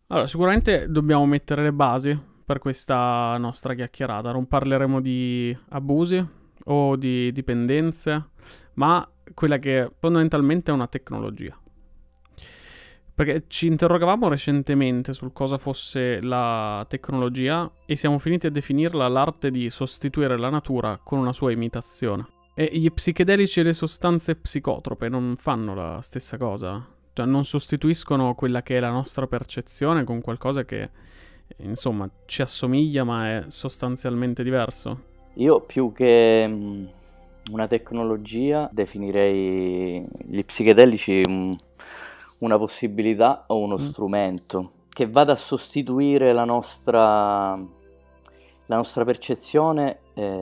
Allora, sicuramente dobbiamo mettere le basi per questa nostra chiacchierata. Non parleremo di abusi o di dipendenze, ma quella che fondamentalmente è una tecnologia. Perché ci interrogavamo recentemente sul cosa fosse la tecnologia e siamo finiti a definirla l'arte di sostituire la natura con una sua imitazione. E gli psichedelici e le sostanze psicotrope non fanno la stessa cosa. Cioè, non sostituiscono quella che è la nostra percezione con qualcosa che, insomma, ci assomiglia ma è sostanzialmente diverso. Io più che una tecnologia definirei gli psichedelici una possibilità o uno Mm. strumento che vada a sostituire la nostra percezione,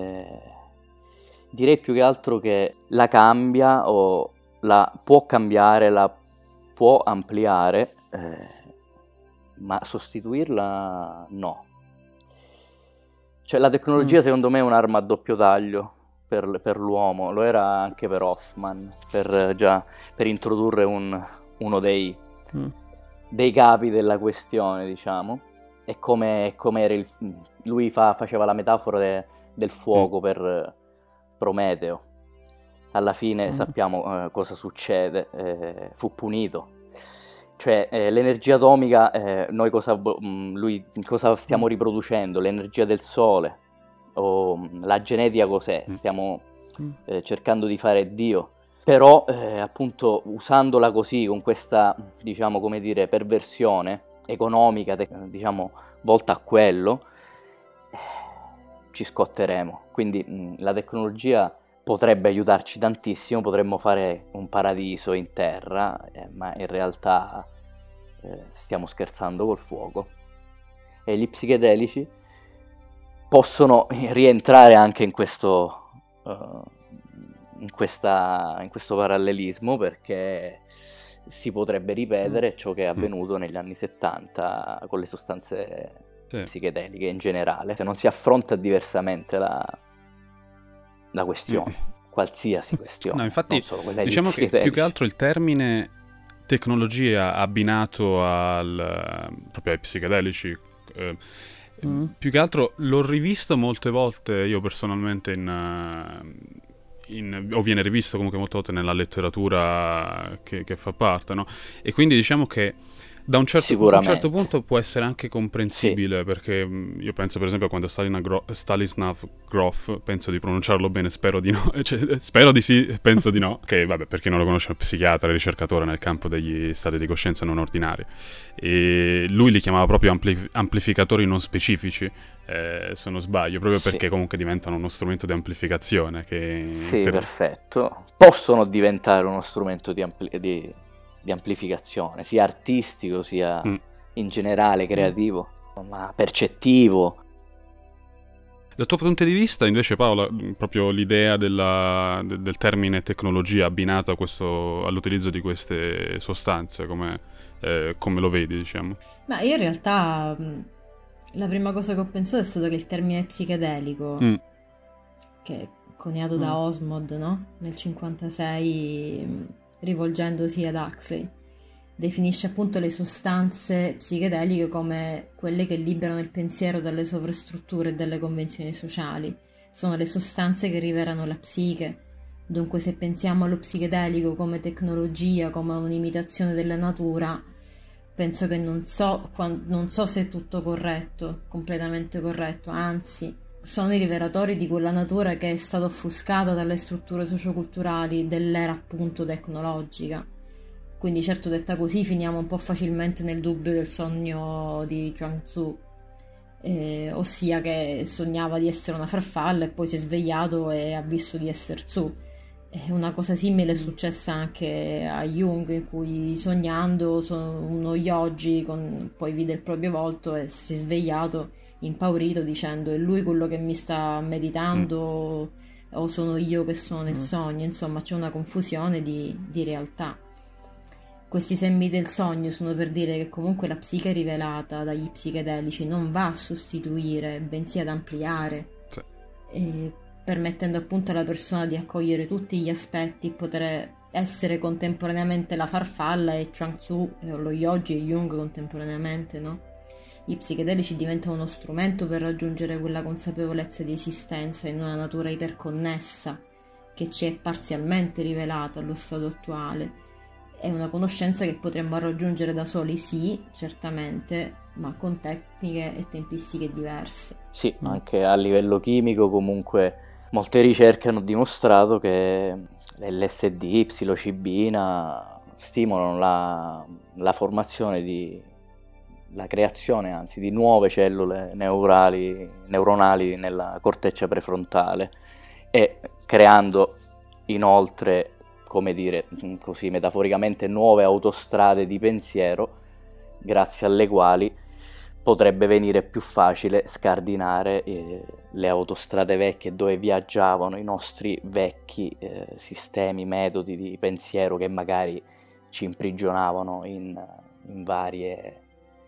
direi più che altro che la cambia o la può cambiare, la può ampliare, ma sostituirla no. Cioè la Mm. tecnologia secondo me è un'arma a doppio taglio per l'uomo, lo era anche per Hoffman, per introdurre uno Mm. dei capi della questione, diciamo. E come era lui faceva la metafora del Mm. fuoco per Prometeo. Alla fine Mm. sappiamo cosa succede, fu punito. Cioè, l'energia atomica, noi cosa Mm. stiamo riproducendo? L'energia del sole, o la genetica cos'è? Mm. Stiamo Mm. cercando di fare Dio, però appunto usandola così, con questa, diciamo, come dire, perversione economica, diciamo, volta a quello, eh, ci scotteremo. Quindi la tecnologia potrebbe aiutarci tantissimo, potremmo fare un paradiso in terra, ma in realtà stiamo scherzando col fuoco. E gli psichedelici possono rientrare anche in questo parallelismo, perché si potrebbe Mm. ripetere ciò che è Mm. avvenuto negli anni 70 con le sostanze Sì. psichedeliche in generale, se non si affronta diversamente la questione, Mm. qualsiasi No, questione, non infatti, solo quella degli diciamo che più che psichedelici. altro il termine tecnologia abbinato proprio ai psichedelici, eh, Mm. più che altro l'ho rivisto molte volte io personalmente o viene rivisto comunque molte volte nella letteratura che fa parte, no? E quindi diciamo che in un certo Sicuramente, punto può essere anche sì, comprensibile, perché io penso per esempio a quando Stanislav Grof, penso di pronunciarlo bene, spero di no, cioè, spero di sì, penso di no, che vabbè, per chi non lo conosce è un psichiatra e ricercatore nel campo degli stati di coscienza non ordinari, e lui li chiamava proprio amplificatori non specifici, se non sbaglio, proprio sì, perché comunque diventano uno strumento di amplificazione sì, perfetto. Possono diventare uno strumento di amplificazione, sia artistico, sia Mm. in generale Mm. creativo, ma percettivo. Dal tuo punto di vista, invece, Paola, proprio l'idea del termine tecnologia abbinato all'utilizzo di queste sostanze, come lo vedi, diciamo? Ma io in realtà la prima cosa che ho pensato è stato che il termine psichedelico, Mm. che è coniato da Mm. Osmond, no? Nel 56, rivolgendosi ad Huxley, definisce appunto le sostanze psichedeliche come quelle che liberano il pensiero dalle sovrastrutture e dalle convenzioni sociali. Sono le sostanze che rivelano la psiche. Dunque, se pensiamo allo psichedelico come tecnologia, come un'imitazione della natura, penso che non so se è tutto corretto, completamente corretto, anzi, sono i rivelatori di quella natura che è stata offuscata dalle strutture socioculturali dell'era appunto tecnologica. Quindi certo, detta così finiamo un po' facilmente nel dubbio del sogno di Chuang Tzu, ossia che sognava di essere una farfalla e poi si è svegliato e ha visto di essere Tzu. Una cosa simile è Mm. successa anche a Jung, in cui sognando uno yogi poi vide il proprio volto e si è svegliato impaurito dicendo: è lui quello che mi sta Mm. meditando o sono io che sono nel Mm. sogno? Insomma, c'è una confusione di realtà. Questi semmi del sogno sono per dire che comunque la psiche rivelata dagli psichedelici non va a sostituire, bensì ad ampliare, Sì. permettendo appunto alla persona di accogliere tutti gli aspetti, poter essere contemporaneamente la farfalla e Chuang Tzu, lo yogi e Jung contemporaneamente, no? I psichedelici diventano uno strumento per raggiungere quella consapevolezza di esistenza in una natura iperconnessa che ci è parzialmente rivelata allo stato attuale. È una conoscenza che potremmo raggiungere da soli, sì, certamente, ma con tecniche e tempistiche diverse. Sì, anche a livello chimico comunque molte ricerche hanno dimostrato che l'LSD, psilocibina stimolano la formazione la creazione anzi di nuove cellule neuronali nella corteccia prefrontale e creando inoltre, come dire così metaforicamente, nuove autostrade di pensiero grazie alle quali potrebbe venire più facile scardinare le autostrade vecchie dove viaggiavano i nostri vecchi sistemi, metodi di pensiero che magari ci imprigionavano in varie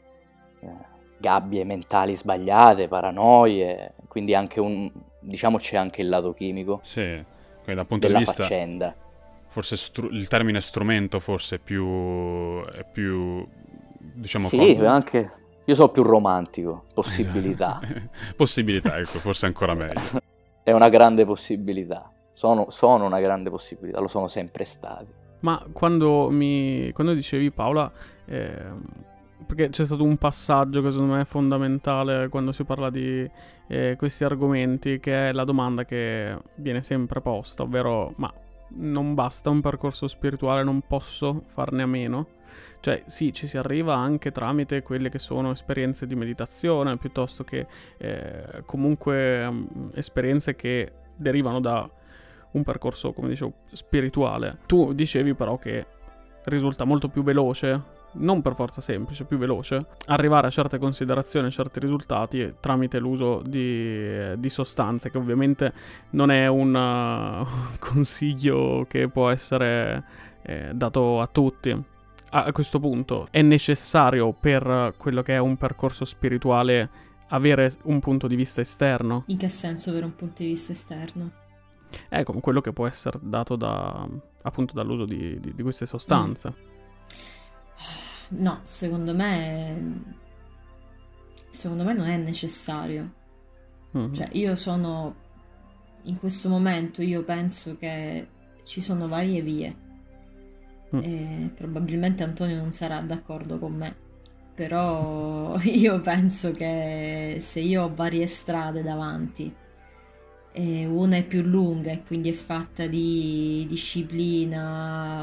gabbie mentali sbagliate, paranoie, quindi anche diciamo c'è anche il lato chimico sì, dal punto della di vista faccenda. Forse il termine strumento forse è più diciamo sì, anche io sono più romantico, possibilità. Esatto. Possibilità, ecco, forse ancora meglio. È una grande possibilità, sono una grande possibilità, lo sono sempre stati. Ma quando dicevi, Paola, perché c'è stato un passaggio che secondo me è fondamentale quando si parla di questi argomenti, che è la domanda che viene sempre posta, ovvero: ma non basta un percorso spirituale, non posso farne a meno? Cioè sì, ci si arriva anche tramite quelle che sono esperienze di meditazione, piuttosto che comunque esperienze che derivano da un percorso, come dicevo, spirituale. Tu dicevi però che risulta molto più veloce, non per forza semplice, più veloce, arrivare a certe considerazioni, a certi risultati tramite l'uso di sostanze, che ovviamente non è un consiglio che può essere dato a tutti. A questo punto è necessario per quello che è un percorso spirituale avere un punto di vista esterno? In che senso avere un punto di vista esterno? Come quello che può essere dato appunto dall'uso di queste sostanze. No, secondo me non è necessario. Mm-hmm. Cioè, in questo momento io penso che ci sono varie vie. E probabilmente Antonio non sarà d'accordo con me, però io penso che se io ho varie strade davanti e una è più lunga e quindi è fatta di disciplina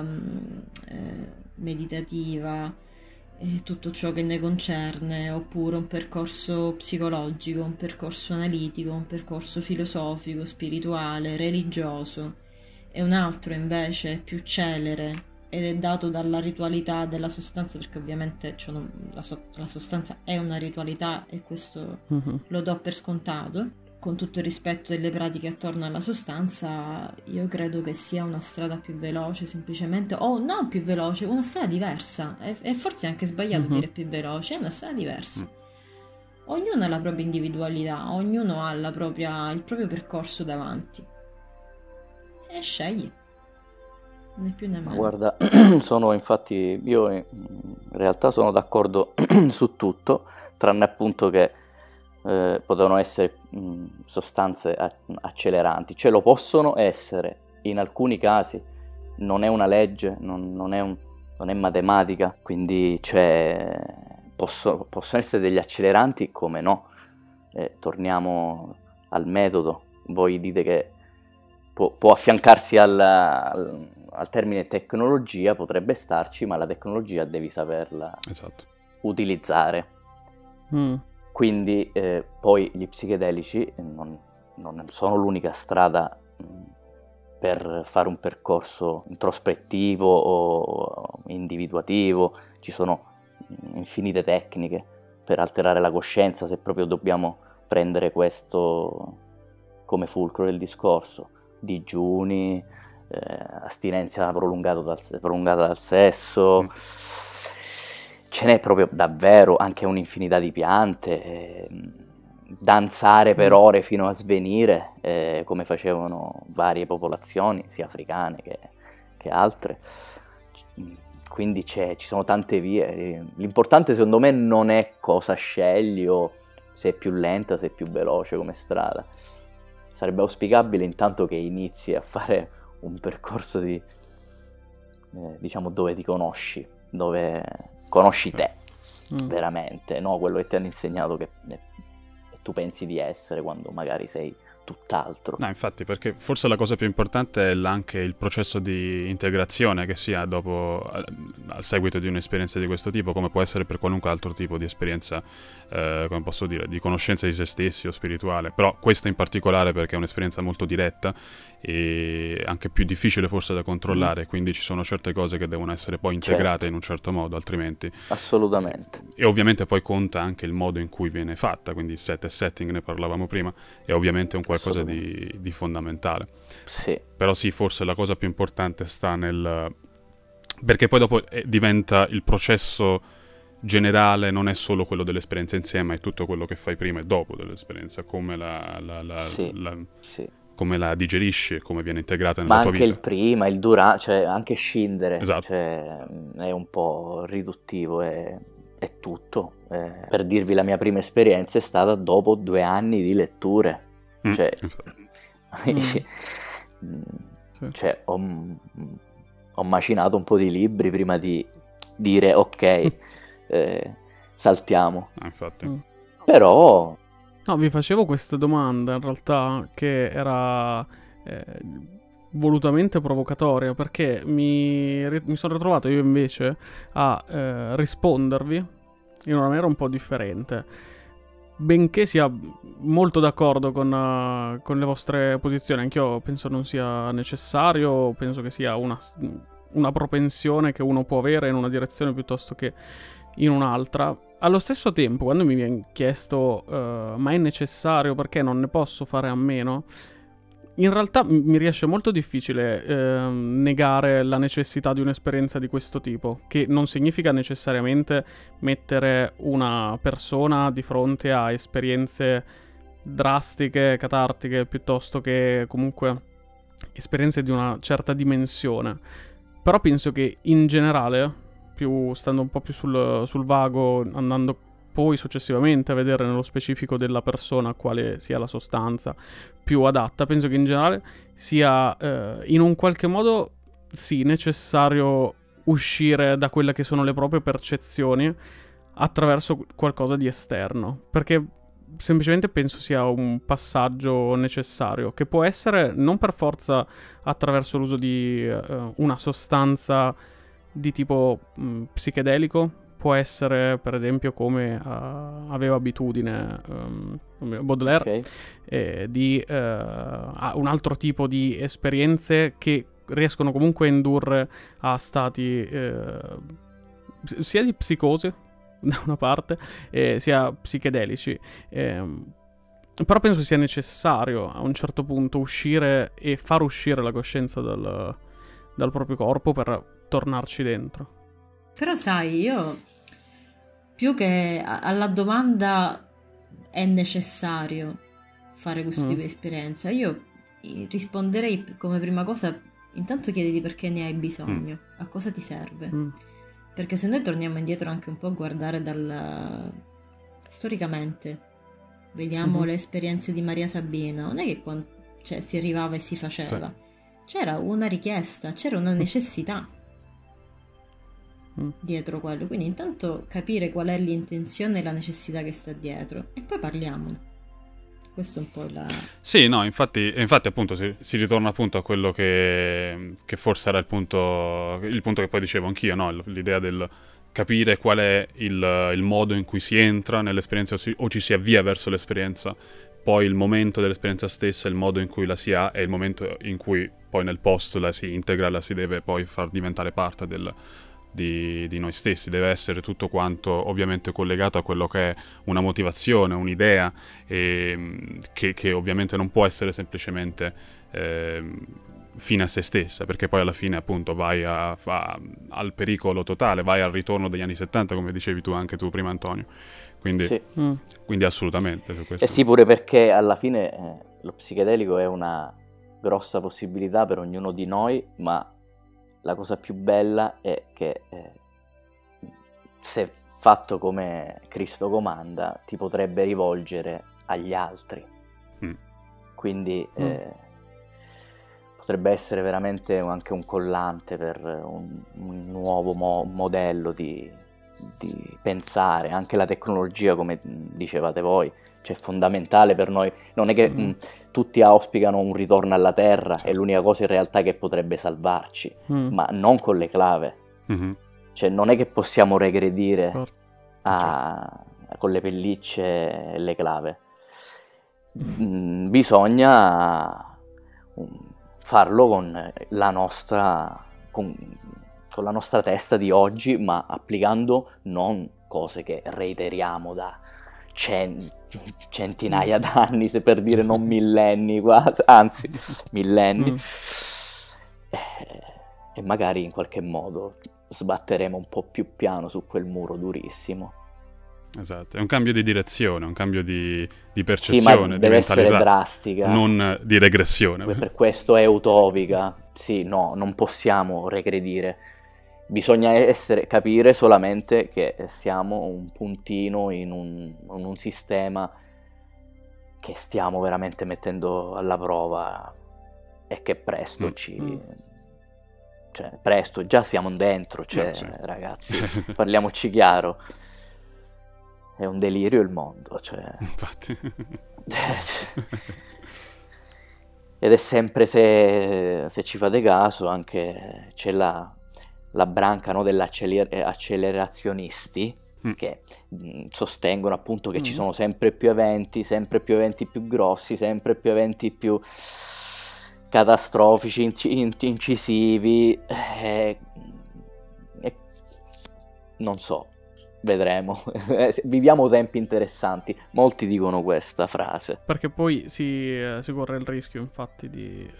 meditativa e tutto ciò che ne concerne, oppure un percorso psicologico, un percorso analitico, un percorso filosofico, spirituale, religioso, e un altro invece più celere ed è dato dalla ritualità della sostanza, perché ovviamente la sostanza è una ritualità e questo lo do per scontato, con tutto il rispetto delle pratiche attorno alla sostanza. Io credo che sia una strada più veloce, semplicemente, o non più veloce, una strada diversa, e forse è anche sbagliato dire più veloce, è una strada diversa. Ognuno ha la propria individualità, ognuno ha il proprio percorso davanti e scegli. Né più né meno. Guarda, io in realtà sono d'accordo su tutto, tranne appunto che potevano essere sostanze acceleranti, cioè lo possono essere in alcuni casi, non è una legge, non è matematica, quindi possono essere degli acceleranti, come no. Torniamo al metodo, voi dite che può affiancarsi al termine tecnologia, potrebbe starci, ma la tecnologia devi saperla utilizzare. Quindi poi gli psichedelici non sono l'unica strada per fare un percorso introspettivo o individuativo, ci sono infinite tecniche per alterare la coscienza, se proprio dobbiamo prendere questo come fulcro del discorso. Digiuni, astinenza prolungata dal sesso, ce n'è proprio davvero anche un'infinità di piante, danzare per ore fino a svenire, come facevano varie popolazioni sia africane che anche altre, quindi ci sono tante vie. L'importante secondo me non è cosa scegli o se è più lenta, se è più veloce come strada. Sarebbe auspicabile intanto che inizi a fare un percorso di diciamo dove ti conosci, dove conosci te veramente, no quello che ti hanno insegnato che tu pensi di essere quando magari sei tutt'altro. No, infatti, perché forse la cosa più importante è anche il processo di integrazione che si ha dopo, a seguito di un'esperienza di questo tipo, come può essere per qualunque altro tipo di esperienza, come posso dire, di conoscenza di se stessi o spirituale, però questa in particolare perché è un'esperienza molto diretta e anche più difficile forse da controllare, quindi ci sono certe cose che devono essere poi integrate in un certo modo, altrimenti... Assolutamente. E ovviamente poi conta anche il modo in cui viene fatta, quindi set e setting, ne parlavamo prima, è ovviamente un qualcosa di fondamentale. Sì. Però sì, forse la cosa più importante sta nel... perché poi dopo diventa il processo generale, non è solo quello dell'esperienza insieme, è tutto quello che fai prima e dopo dell'esperienza, come come la digerisci, come viene integrata nella tua vita. Ma anche il prima, il durante, cioè anche scindere, esatto. Cioè, è un po' riduttivo, è tutto. Per dirvi, la mia prima esperienza è stata dopo 2 anni di letture. Cioè, cioè ho macinato un po' di libri prima di dire ok, saltiamo. Infatti. Però... No, vi facevo questa domanda in realtà che era volutamente provocatoria, perché mi sono ritrovato io invece a rispondervi in una maniera un po' differente. Benché sia molto d'accordo con le vostre posizioni, anch'io penso non sia necessario, penso che sia una propensione che uno può avere in una direzione piuttosto che in un'altra. Allo stesso tempo, quando mi viene chiesto ma è necessario, perché non ne posso fare a meno, in realtà mi riesce molto difficile negare la necessità di un'esperienza di questo tipo, che non significa necessariamente mettere una persona di fronte a esperienze drastiche, catartiche, piuttosto che comunque esperienze di una certa dimensione. Però penso che in generale, stando un po' più sul vago, andando poi successivamente a vedere nello specifico della persona quale sia la sostanza più adatta, penso che in generale sia in un qualche modo sì necessario uscire da quelle che sono le proprie percezioni attraverso qualcosa di esterno, perché semplicemente penso sia un passaggio necessario, che può essere non per forza attraverso l'uso di una sostanza di tipo psichedelico. Può essere, per esempio, come aveva abitudine Baudelaire, di un altro tipo di esperienze che riescono comunque a indurre a stati sia di psicosi, da una parte, sia psichedelici. Però penso sia necessario a un certo punto uscire e far uscire la coscienza dal proprio corpo per tornarci dentro. Però sai, io più che alla domanda è necessario fare questo tipo di esperienza, io risponderei come prima cosa, intanto chiediti perché ne hai bisogno, a cosa ti serve. Perché se noi torniamo indietro anche un po' a guardare storicamente, vediamo le esperienze di Maria Sabina, non è che si arrivava e si faceva, c'era una richiesta, c'era una necessità dietro quello, quindi intanto capire qual è l'intenzione e la necessità che sta dietro e poi parliamone. Questo è un po' Sì, no, infatti appunto si ritorna appunto a quello che forse era il punto che poi dicevo anch'io, no? L'idea del capire qual è il modo in cui si entra nell'esperienza o ci si avvia verso l'esperienza, poi il momento dell'esperienza stessa, il modo in cui la si ha e il momento in cui poi nel post la si integra, la si deve poi far diventare parte di noi stessi. Deve essere tutto quanto ovviamente collegato a quello che è una motivazione, un'idea, che ovviamente non può essere semplicemente fine a se stessa, perché poi alla fine appunto vai al pericolo totale, vai al ritorno degli anni 70, come dicevi tu anche tu prima, Antonio. Quindi, quindi assolutamente su questo. Sì, pure perché alla fine lo psichedelico è una grossa possibilità per ognuno di noi, ma la cosa più bella è che se fatto come Cristo comanda, ti potrebbe rivolgere agli altri. Quindi potrebbe essere veramente anche un collante per un nuovo modello di pensare. Anche la tecnologia, come dicevate voi, cioè è fondamentale per noi. Non è che tutti auspicano un ritorno alla Terra, è l'unica cosa in realtà che potrebbe salvarci, ma non con le clave. Cioè non è che possiamo regredire con le pellicce e le clave. Bisogna farlo con la nostra testa di oggi, ma applicando non cose che reiteriamo da centinaia d'anni, se per dire non millenni quasi, anzi millenni, e magari in qualche modo sbatteremo un po' più piano su quel muro durissimo. Esatto, è un cambio di direzione, un cambio di percezione, ma di deve essere mentalità, drastica, non di regressione. Per questo è utopica. Sì, no, non possiamo regredire. Bisogna capire solamente che siamo un puntino in un sistema che stiamo veramente mettendo alla prova e che presto cioè presto, già siamo dentro, cioè, ragazzi, parliamoci chiaro. È un delirio il mondo, cioè. Infatti. Ed è sempre, se ci fate caso, anche c'è la branca, no, dell'accelerazionisti che sostengono appunto che ci sono sempre più eventi più grossi, sempre più eventi più catastrofici, incisivi, non so. Vedremo. Viviamo tempi interessanti. Molti dicono questa frase. Perché poi si corre il rischio, infatti,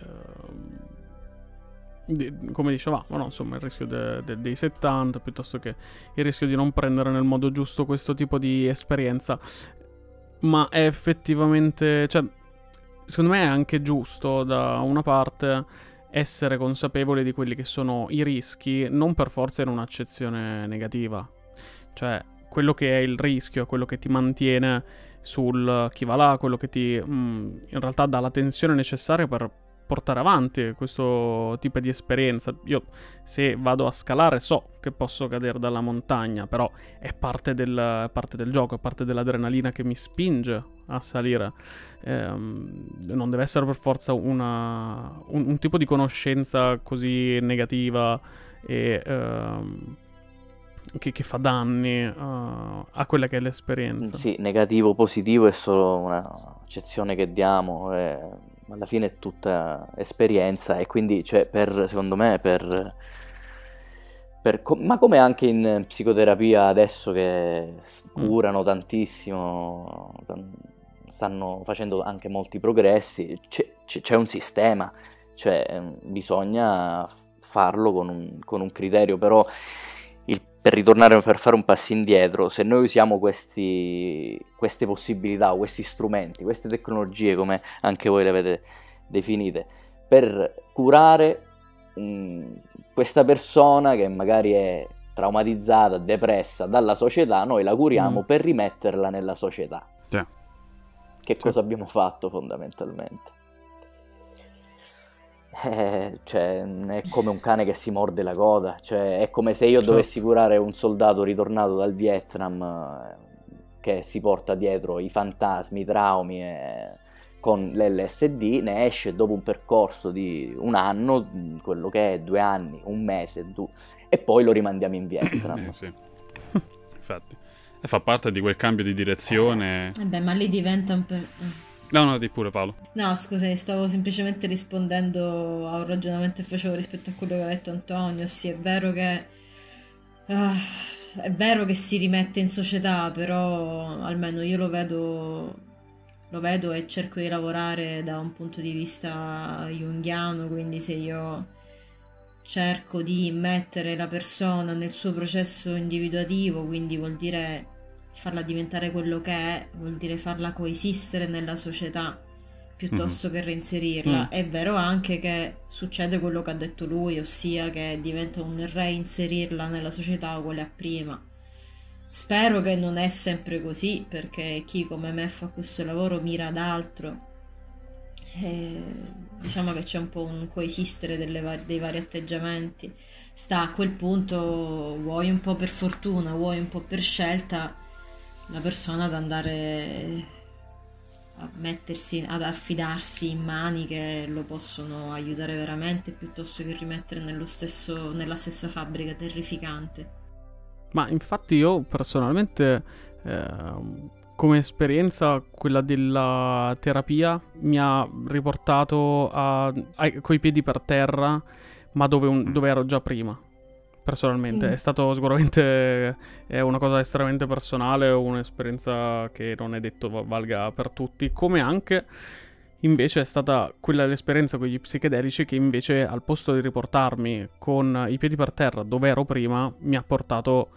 come dicevamo, no? Insomma, il rischio dei 70, piuttosto che il rischio di non prendere nel modo giusto questo tipo di esperienza. Ma è effettivamente, cioè, secondo me è anche giusto, da una parte, essere consapevoli di quelli che sono i rischi, non per forza in un'accezione negativa. Cioè, quello che è il rischio, quello che ti mantiene sul chi va là, quello che ti in realtà dà la tensione necessaria per portare avanti questo tipo di esperienza. Io, se vado a scalare, so che posso cadere dalla montagna, però è parte del gioco, è parte dell'adrenalina che mi spinge a salire. Non deve essere per forza un tipo di conoscenza così negativa e che fa danni a quella che è l'esperienza. Sì, negativo, positivo è solo un'accezione che diamo, alla fine è tutta esperienza, e quindi, cioè, secondo me, ma come anche in psicoterapia adesso che curano tantissimo, stanno facendo anche molti progressi, c'è un sistema, cioè bisogna farlo con un criterio, però per fare un passo indietro, se noi usiamo queste possibilità, questi strumenti, queste tecnologie, come anche voi le avete definite, per curare questa persona che magari è traumatizzata, depressa dalla società, noi la curiamo per rimetterla nella società. Che cosa abbiamo fatto fondamentalmente? Cioè, è come un cane che si morde la coda, cioè è come se io dovessi curare un soldato ritornato dal Vietnam che si porta dietro i fantasmi, i traumi, con l'LSD, ne esce dopo un percorso di un anno, quello che è 2 anni, un mese, e poi lo rimandiamo in Vietnam. Sì. Infatti, fa parte di quel cambio di direzione. Beh, ma lì diventa un po'... No, di pure, Paolo. No, scusa, stavo semplicemente rispondendo a un ragionamento che facevo rispetto a quello che ha detto Antonio. Sì, è vero che si rimette in società, però almeno io lo vedo e cerco di lavorare da un punto di vista junghiano, quindi se io cerco di mettere la persona nel suo processo individuativo, quindi vuol dire farla diventare quello che è, vuol dire farla coesistere nella società, piuttosto che reinserirla. È vero anche che succede quello che ha detto lui, ossia che diventa un reinserirla nella società uguale a prima. Spero che non è sempre così, perché chi come me fa questo lavoro mira ad altro. Diciamo che c'è un po' un coesistere dei vari atteggiamenti. Sta a quel punto, vuoi un po' per fortuna, vuoi un po' per scelta, la persona ad andare a mettersi, ad affidarsi in mani che lo possono aiutare veramente, piuttosto che rimettere nella stessa fabbrica terrificante. Ma infatti io personalmente, come esperienza, quella della terapia mi ha riportato coi piedi per terra, ma dove ero già prima. Personalmente, è stato sicuramente una cosa estremamente personale, un'esperienza che non è detto valga per tutti, come anche invece è stata quella l'esperienza con gli psichedelici che invece al posto di riportarmi con i piedi per terra dove ero prima, mi ha portato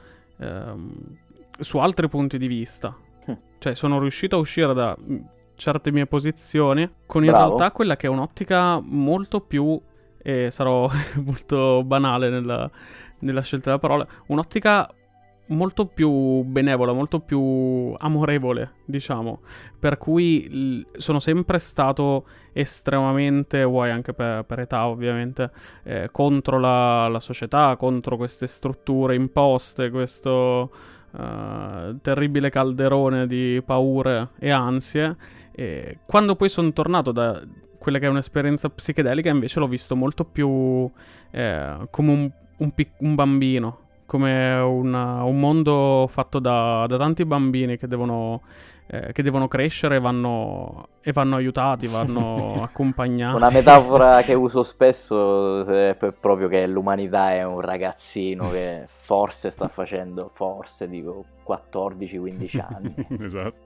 su altri punti di vista. Cioè sono riuscito a uscire da certe mie posizioni con in realtà quella che è un'ottica molto più, e sarò molto banale nella scelta della parola, un'ottica molto più benevola, molto più amorevole, diciamo, per cui sono sempre stato estremamente, vuoi anche per età ovviamente, contro la società, contro queste strutture imposte, questo terribile calderone di paure e ansie. E quando poi sono tornato da quella che è un'esperienza psichedelica, invece l'ho visto molto più come un bambino, come un mondo fatto da tanti bambini che devono crescere e vanno aiutati, vanno accompagnati. Una metafora che uso spesso è proprio che l'umanità è un ragazzino che forse sta facendo, dico 14-15 anni. Esatto.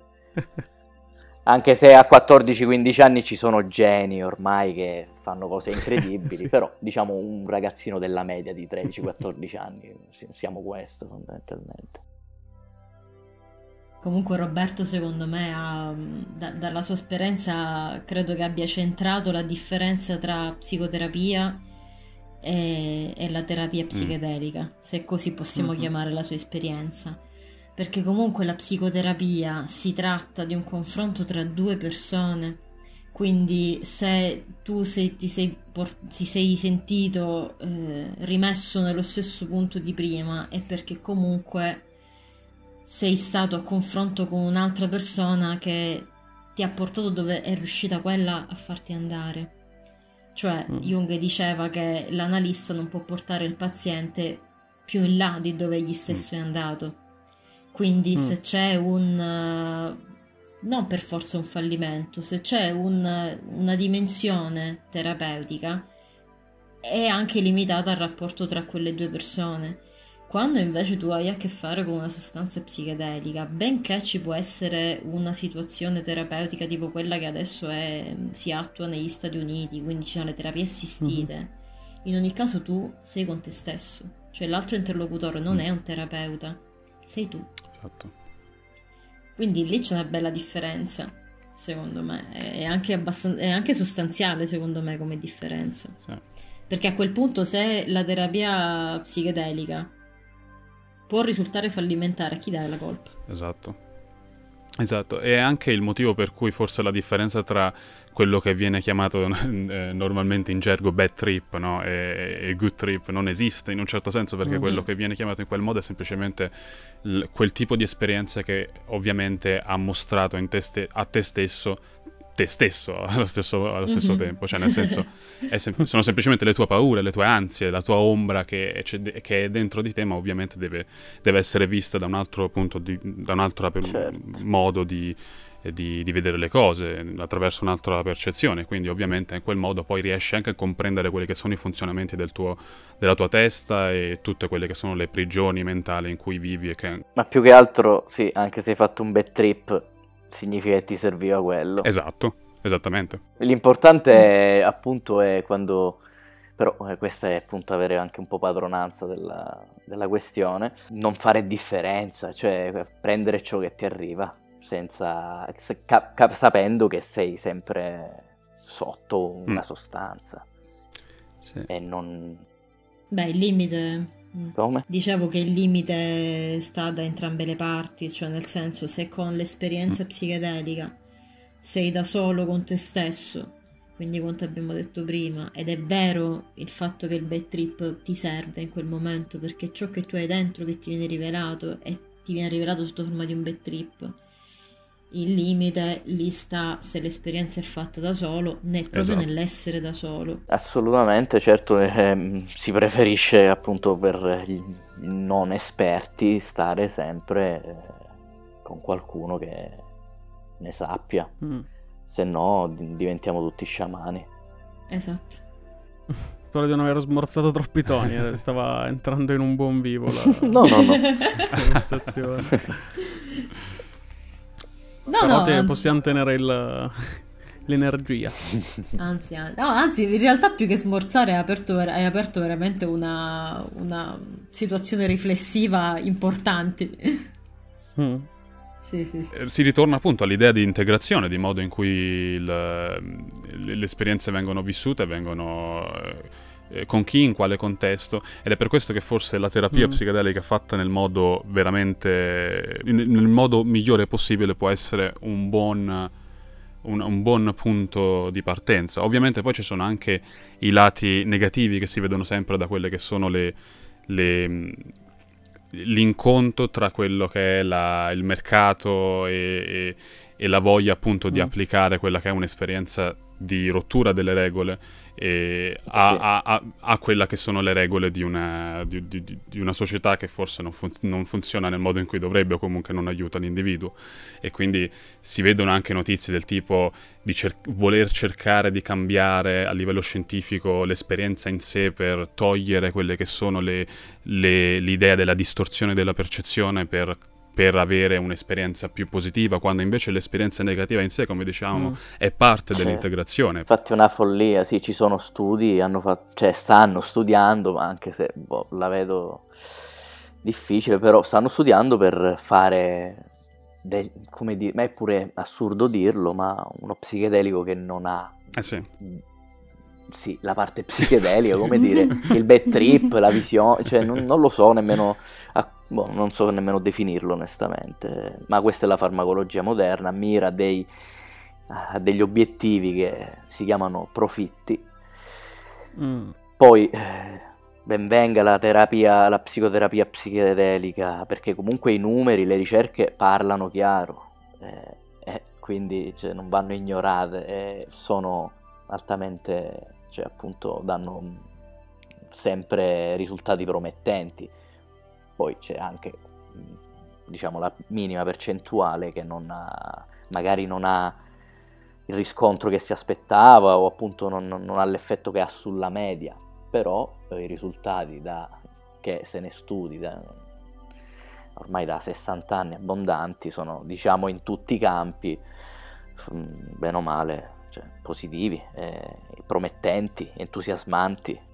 Anche se a 14-15 anni ci sono geni ormai che fanno cose incredibili, però diciamo un ragazzino della media di 13-14 anni, siamo questo fondamentalmente. Comunque Roberto secondo me dalla sua esperienza credo che abbia centrato la differenza tra psicoterapia e la terapia psichedelica, se così possiamo chiamare la sua esperienza. Perché comunque la psicoterapia si tratta di un confronto tra due persone, quindi se tu ti sei sentito rimesso nello stesso punto di prima è perché comunque sei stato a confronto con un'altra persona che ti ha portato dove è riuscita quella a farti andare. Cioè Jung diceva che l'analista non può portare il paziente più in là di dove egli stesso è andato. Quindi se c'è non per forza un fallimento, se c'è una dimensione terapeutica è anche limitata al rapporto tra quelle due persone. Quando invece tu hai a che fare con una sostanza psichedelica, benché ci può essere una situazione terapeutica tipo quella che adesso si attua negli Stati Uniti, quindi ci sono le terapie assistite, in ogni caso tu sei con te stesso, cioè l'altro interlocutore non è un terapeuta, sei tu. Esatto. Quindi lì c'è una bella differenza, secondo me, è anche sostanziale secondo me come differenza. Sì. Perché a quel punto se la terapia psichedelica può risultare fallimentare, a chi dai la colpa? Esatto, e anche il motivo per cui forse la differenza tra quello che viene chiamato normalmente in gergo bad trip, no? e good trip non esiste in un certo senso, perché quello che viene chiamato in quel modo è semplicemente quel tipo di esperienza che ovviamente ha mostrato a te stesso allo stesso tempo, cioè nel senso sono semplicemente le tue paure, le tue ansie, la tua ombra che è dentro di te, ma ovviamente deve essere vista da un altro punto modo di vedere le cose, attraverso un'altra percezione. Quindi ovviamente in quel modo poi riesci anche a comprendere quelli che sono i funzionamenti della tua testa e tutte quelle che sono le prigioni mentali in cui vivi ma più che altro sì, anche se hai fatto un bad trip significa che ti serviva quello. Esatto, esattamente. L'importante appunto è quando, però questa è appunto avere anche un po' padronanza della questione, non fare differenza, cioè prendere ciò che ti arriva, senza sapendo che sei sempre sotto una sostanza. Sì. E non... Beh, il limite... Come? Dicevo che il limite sta da entrambe le parti, cioè nel senso, se con l'esperienza psichedelica sei da solo con te stesso, quindi quanto abbiamo detto prima, ed è vero il fatto che il bad trip ti serve in quel momento perché ciò che tu hai dentro che ti viene rivelato e ti viene rivelato sotto forma di un bad trip, il limite lì sta se l'esperienza è fatta da solo, né proprio Esatto. nell'essere da solo. Assolutamente, certo, si preferisce appunto per gli non esperti stare sempre con qualcuno che ne sappia, se no diventiamo tutti sciamani. Esatto. Spero di non aver smorzato troppi toni, stava entrando in un buon vivo la No. conversazione. Però anzi. possiamo tenere l'energia. Anzi, in realtà più che smorzare hai aperto veramente una situazione riflessiva importante. Sì. Si ritorna appunto all'idea di integrazione, di modo in cui le esperienze vengono vissute, vengono con chi, in quale contesto, ed è per questo che forse la terapia psichedelica fatta nel modo veramente, nel modo migliore possibile, può essere un buon punto di partenza. Ovviamente poi ci sono anche i lati negativi che si vedono sempre da quelle che sono l'incontro tra quello che è il mercato e la voglia appunto di applicare quella che è un'esperienza di rottura delle regole a quella che sono le regole di una società che forse non funziona nel modo in cui dovrebbe, o comunque non aiuta l'individuo. E quindi si vedono anche notizie del tipo di voler cercare di cambiare a livello scientifico l'esperienza in sé per togliere quelle che sono l'idea della distorsione della percezione per avere un'esperienza più positiva, quando invece l'esperienza negativa in sé, come diciamo, è parte dell'integrazione. Infatti è una follia, sì, ci sono studi, stanno studiando, anche se la vedo difficile, però stanno studiando per fare, come dire, ma è pure assurdo dirlo, ma uno psichedelico che non ha... Sì, la parte psichedelica, come dire, il bad trip, la visione, cioè non lo so nemmeno, non so nemmeno definirlo onestamente, ma questa è la farmacologia moderna, mira a degli obiettivi che si chiamano profitti. Poi ben venga la psicoterapia psichedelica, perché comunque i numeri, le ricerche parlano chiaro, quindi non vanno ignorate, sono altamente... cioè appunto danno sempre risultati promettenti. Poi c'è anche, diciamo, la minima percentuale che magari non ha il riscontro che si aspettava, o appunto non ha l'effetto che ha sulla media, però i risultati che se ne studi ormai da 60 anni abbondanti sono, diciamo, in tutti i campi, bene o male, positivi, promettenti, entusiasmanti.